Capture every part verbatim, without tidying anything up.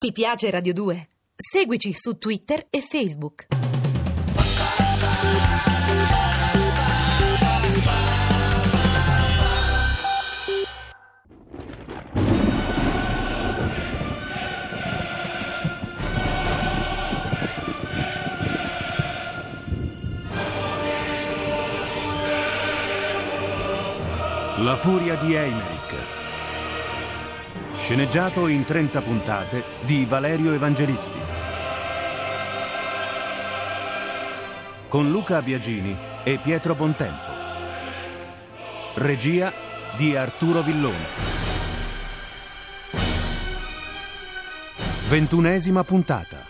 Ti piace Radio due? Seguici su Twitter e Facebook. La furia di Eimerick. Sceneggiato in trenta puntate di Valerio Evangelisti. Con Luca Biagini e Pietro Bontempo. Regia di Arturo Villone. Ventunesima puntata.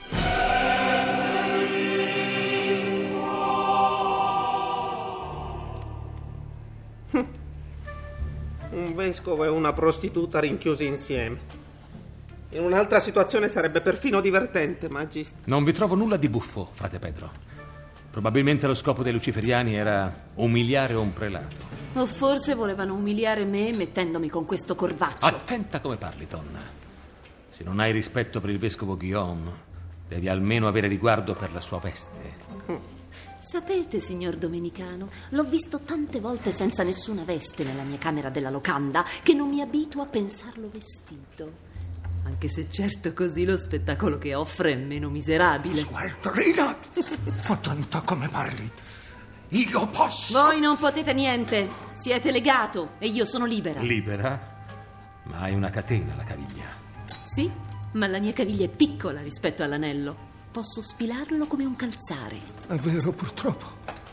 Un vescovo e una prostituta rinchiusi insieme. In un'altra situazione sarebbe perfino divertente, Magist. Non vi trovo nulla di buffo, frate Pedro. Probabilmente lo scopo dei luciferiani era umiliare un prelato. O forse volevano umiliare me mettendomi con questo corvaccio. Attenta come parli, donna. Se non hai rispetto per il vescovo Guillaume, devi almeno avere riguardo per la sua veste. Sapete, signor Domenicano, l'ho visto tante volte senza nessuna veste nella mia camera della locanda che non mi abituo a pensarlo vestito. Anche se certo così lo spettacolo che offre è meno miserabile. Sgualtrina! Attenta come parli. Io posso... Voi non potete niente. Siete legato e io sono libera. Libera? Ma hai una catena alla caviglia. Sì, ma la mia caviglia è piccola rispetto all'anello. Posso sfilarlo come un calzare. È vero, purtroppo.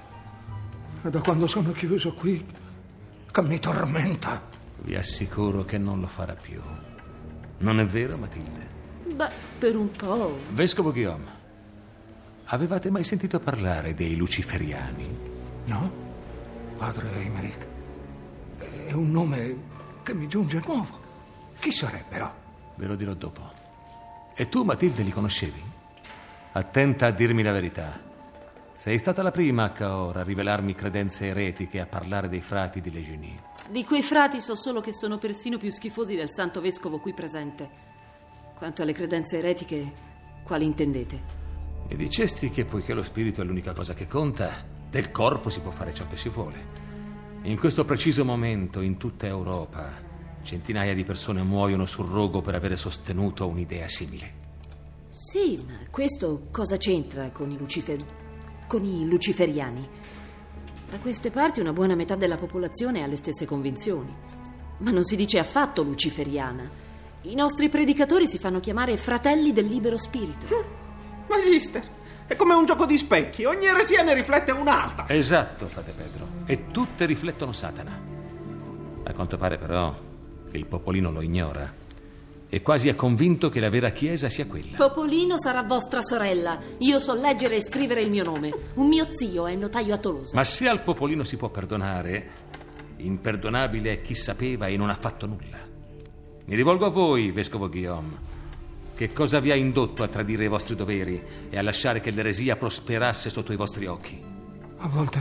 E da quando sono chiuso qui, che mi tormenta. Vi assicuro che non lo farà più. Non è vero, Matilde? Beh, per un po'. Vescovo Guillaume, avevate mai sentito parlare dei luciferiani? No, padre Eimerick. È un nome che mi giunge nuovo. Chi sarebbero? Ve lo dirò dopo. E tu, Matilde, li conoscevi? Attenta a dirmi la verità. Sei stata la prima a Cahors a rivelarmi credenze eretiche, a parlare dei frati di Legénie. Di quei frati so solo che sono persino più schifosi del santo vescovo qui presente. Quanto alle credenze eretiche, quali intendete? Mi dicesti che poiché lo spirito è l'unica cosa che conta, del corpo si può fare ciò che si vuole. In questo preciso momento, in tutta Europa, centinaia di persone muoiono sul rogo per avere sostenuto un'idea simile. Sì, ma questo cosa c'entra con i lucifer... con i luciferiani? Da queste parti una buona metà della popolazione ha le stesse convinzioni. Ma non si dice affatto luciferiana. I nostri predicatori si fanno chiamare fratelli del libero spirito. Magister, è come un gioco di specchi. Ogni eresia ne riflette un'altra. Esatto, frate Pedro. E tutte riflettono Satana. A quanto pare però il popolino lo ignora. E quasi è convinto che la vera chiesa sia quella. Popolino sarà vostra sorella. Io so leggere e scrivere il mio nome. Un mio zio è notaio a Tolosa. Ma se al popolino si può perdonare, imperdonabile è chi sapeva e non ha fatto nulla. Mi rivolgo a voi, vescovo Guillaume. Che cosa vi ha indotto a tradire i vostri doveri e a lasciare che l'eresia prosperasse sotto i vostri occhi? A volte,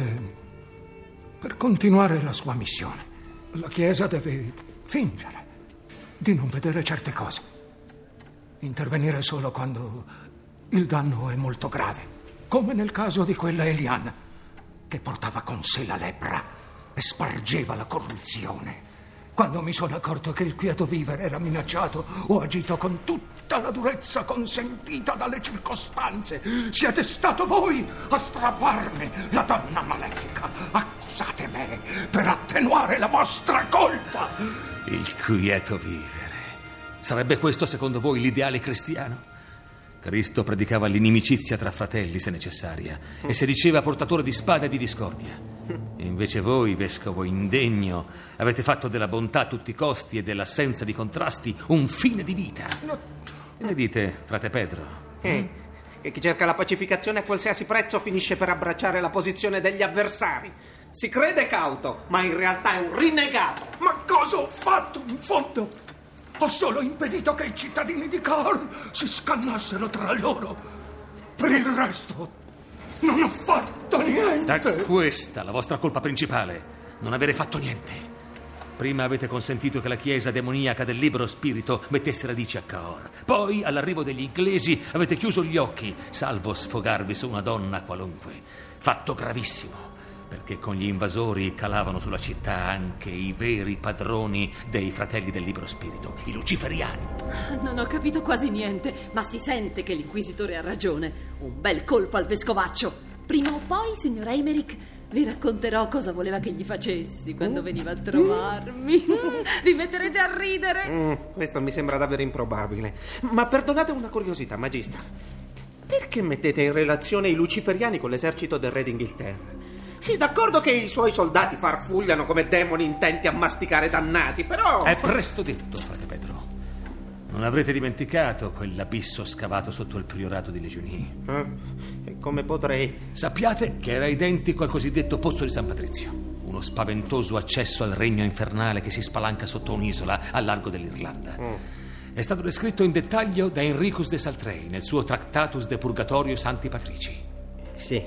per continuare la sua missione, la Chiesa deve fingere di non vedere certe cose. Intervenire solo quando il danno è molto grave, come nel caso di quella Eliana, che portava con sé la lebbra e spargeva la corruzione. Quando mi sono accorto che il quieto vivere era minacciato, ho agito con tutta la durezza consentita dalle circostanze. Siete stato voi a strapparmi la donna malefica. Accusate me per attenuare la vostra colpa. Il quieto vivere. Sarebbe questo, secondo voi, l'ideale cristiano? Cristo predicava l'inimicizia tra fratelli, se necessaria, e si diceva portatore di spada e di discordia. Invece voi, vescovo indegno, avete fatto della bontà a tutti i costi e dell'assenza di contrasti un fine di vita. No. E ne dite, frate Pedro? Eh, che chi cerca la pacificazione a qualsiasi prezzo finisce per abbracciare la posizione degli avversari. Si crede cauto, ma in realtà è un rinnegato. Ma cosa ho fatto, in fondo? Ho solo impedito che i cittadini di Cahors si scannassero tra loro. Per il resto, non ho fatto niente. È questa la vostra colpa principale, non avere fatto niente. Prima avete consentito che la chiesa demoniaca del libero spirito mettesse radici a Cahors. Poi, all'arrivo degli inglesi, avete chiuso gli occhi, salvo sfogarvi su una donna qualunque. Fatto gravissimo, perché con gli invasori calavano sulla città anche i veri padroni dei fratelli del libero spirito, i luciferiani. Non ho capito quasi niente, ma si sente che l'inquisitore ha ragione. Un bel colpo al vescovaccio. Prima o poi, signor Eymerich, vi racconterò cosa voleva che gli facessi quando veniva a trovarmi. Vi metterete a ridere. Mm, questo mi sembra davvero improbabile. Ma perdonate una curiosità, Magister. Perché mettete in relazione i luciferiani con l'esercito del re d'Inghilterra? Sì, d'accordo che i suoi soldati farfugliano come demoni intenti a masticare dannati, però... È presto detto, frate Pedro. Non avrete dimenticato quell'abisso scavato sotto il priorato di Legionie. Eh, e come potrei? Sappiate che era identico al cosiddetto Pozzo di San Patrizio, uno spaventoso accesso al regno infernale che si spalanca sotto un'isola al largo dell'Irlanda. Mm. È stato descritto in dettaglio da Enricus de Saltrey nel suo Tractatus de Purgatorio Santi Patrici. Sì,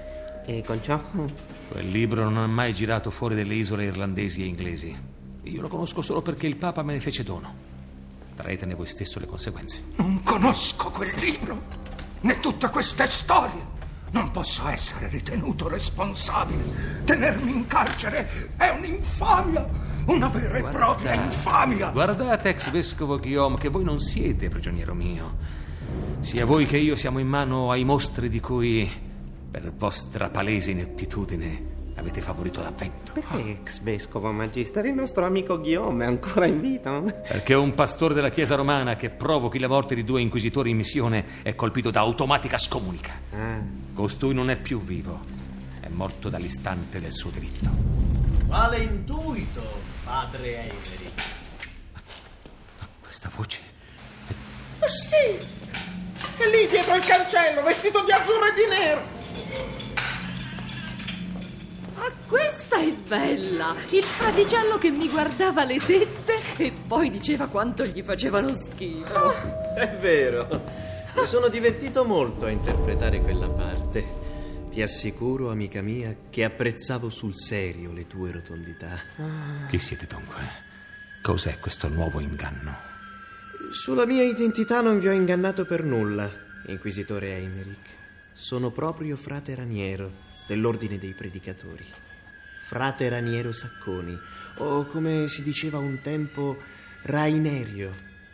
e con ciò? Quel libro non ha mai girato fuori delle isole irlandesi e inglesi. Io lo conosco solo perché il Papa me ne fece dono. Traetene voi stesso le conseguenze. Non conosco quel libro, né tutte queste storie. Non posso essere ritenuto responsabile. Tenermi in carcere è un'infamia, una vera e propria infamia. Guardate, ex vescovo Guillaume, che voi non siete prigioniero mio. Sia voi che io siamo in mano ai mostri di cui, per vostra palese inettitudine, avete favorito l'avvento. Perché, ex vescovo Magister, il nostro amico Guillaume è ancora in vita? Perché un pastore della Chiesa romana che provochi la morte di due inquisitori in missione è colpito da automatica scomunica. Ah. Costui non è più vivo, è morto dall'istante del suo delitto. Quale intuito, padre Eymerich? Questa voce... Oh, sì! È lì dietro il cancello, vestito di azzurro e di nero! Ah, questa è bella! Il fraticello che mi guardava le tette e poi diceva quanto gli facevano schifo. È vero, mi sono divertito molto a interpretare quella parte. Ti assicuro, amica mia, che apprezzavo sul serio le tue rotondità. Chi siete dunque? Cos'è questo nuovo inganno? Sulla mia identità non vi ho ingannato per nulla, inquisitore Eymerich. Sono proprio frate Raniero dell'ordine dei predicatori, frate Raniero Sacconi, o come si diceva un tempo, Rainerio.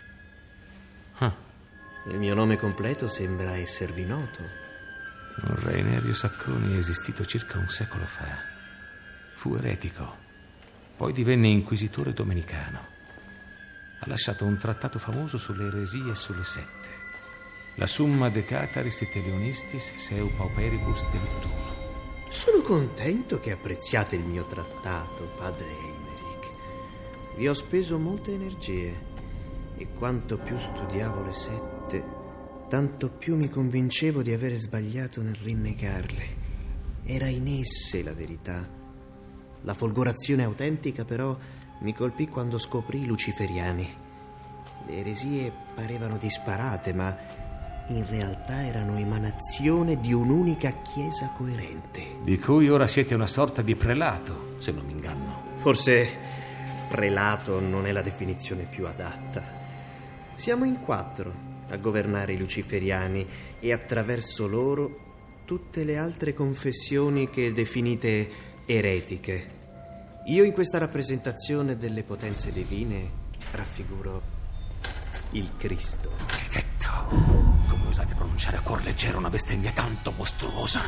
Ah. Il mio nome completo sembra esservi noto. Un Rainerio Sacconi è esistito circa un secolo fa. Fu eretico, poi divenne inquisitore domenicano. Ha lasciato un trattato famoso sulle eresie e sulle sette, la Summa de Cataris et Leonistis seu pauperibus delictuum. Sono contento che apprezziate il mio trattato, padre Eymerich. Vi ho speso molte energie e quanto più studiavo le sette, tanto più mi convincevo di avere sbagliato nel rinnegarle. Era in esse la verità. La folgorazione autentica, però, mi colpì quando scoprì i luciferiani. Le eresie parevano disparate, ma in realtà erano emanazione di un'unica chiesa coerente. Di cui ora siete una sorta di prelato, se non mi inganno. Forse prelato non è la definizione più adatta. Siamo in quattro a governare i luciferiani e attraverso loro tutte le altre confessioni che definite eretiche. Io in questa rappresentazione delle potenze divine raffiguro il Cristo. Maledetto! Come osate pronunciare a cuor leggero una bestemmia tanto mostruosa?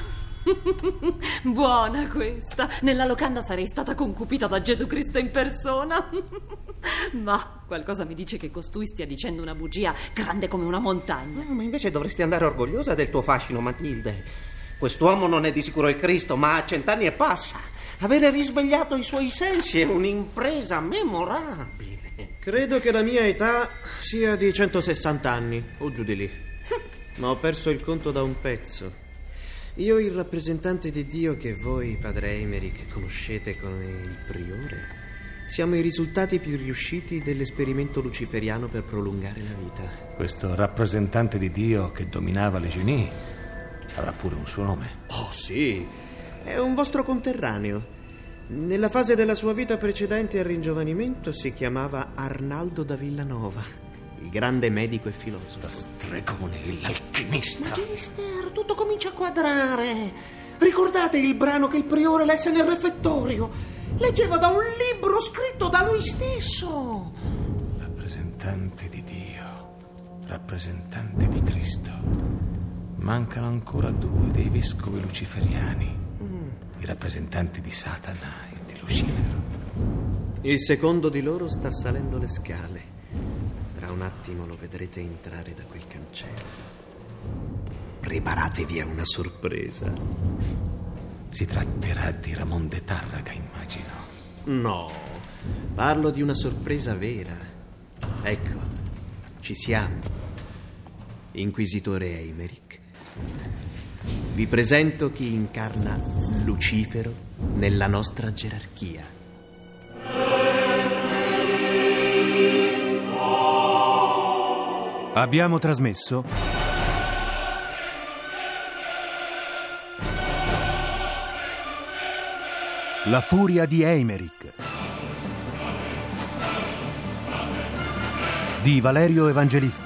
Buona questa! Nella locanda sarei stata concupita da Gesù Cristo in persona. Ma qualcosa mi dice che costui stia dicendo una bugia grande come una montagna. No, ma invece dovresti andare orgogliosa del tuo fascino, Matilde. Quest'uomo non è di sicuro il Cristo, ma ha cent'anni e passa. Avere risvegliato i suoi sensi è un'impresa memorabile. Credo che la mia età sia di centosessanta anni, o giù di lì. Ma ho perso il conto da un pezzo. Io, il rappresentante di Dio che voi, padre Eymerich, conoscete come il priore, siamo i risultati più riusciti dell'esperimento luciferiano per prolungare la vita. Questo rappresentante di Dio che dominava Legionie avrà pure un suo nome. Oh sì, è un vostro conterraneo. Nella fase della sua vita precedente al ringiovanimento si chiamava Arnaldo da Villanova, il grande medico e filosofo. Lo stregone, l'alchimista. Magister, tutto comincia a quadrare. Ricordate il brano che il priore lesse nel refettorio? Leggeva da un libro scritto da lui stesso. Rappresentante di Dio, rappresentante di Cristo. Mancano ancora due dei vescovi luciferiani, mm. i rappresentanti di Satana e di Lucifero. Il secondo di loro sta salendo le scale. Tra un attimo lo vedrete entrare da quel cancello. Preparatevi a una sorpresa. Si tratterà di Ramon de Tarraga, immagino. No, parlo di una sorpresa vera. Ecco, ci siamo. Inquisitore Eimerick, vi presento chi incarna Lucifero nella nostra gerarchia. Abbiamo trasmesso La furia di Eimerick di Valerio Evangelisti,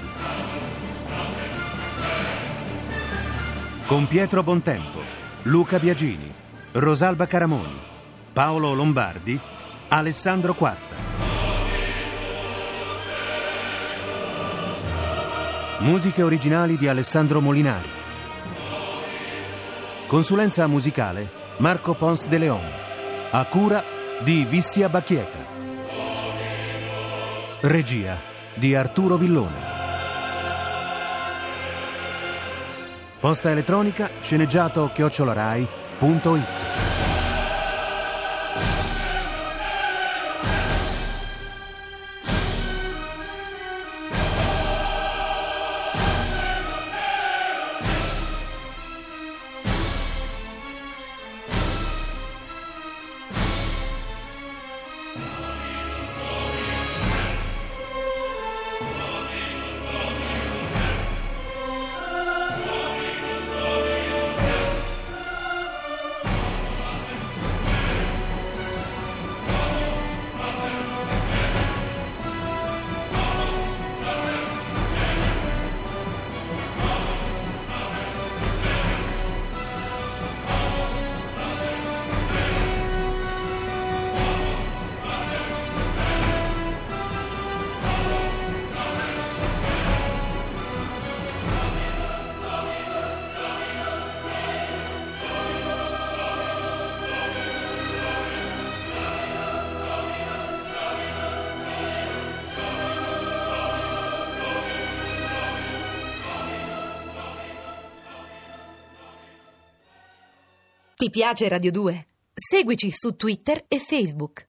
con Pietro Bontempo, Luca Biagini, Rosalba Caramoni, Paolo Lombardi, Alessandro Quarta. Musiche originali di Alessandro Molinari. Consulenza musicale Marco Pons de Leon. A cura di Vissia Bacchieca. Regia di Arturo Villone. Posta elettronica sceneggiato chiocciolarai punto it. Ti piace Radio due? Seguici su Twitter e Facebook.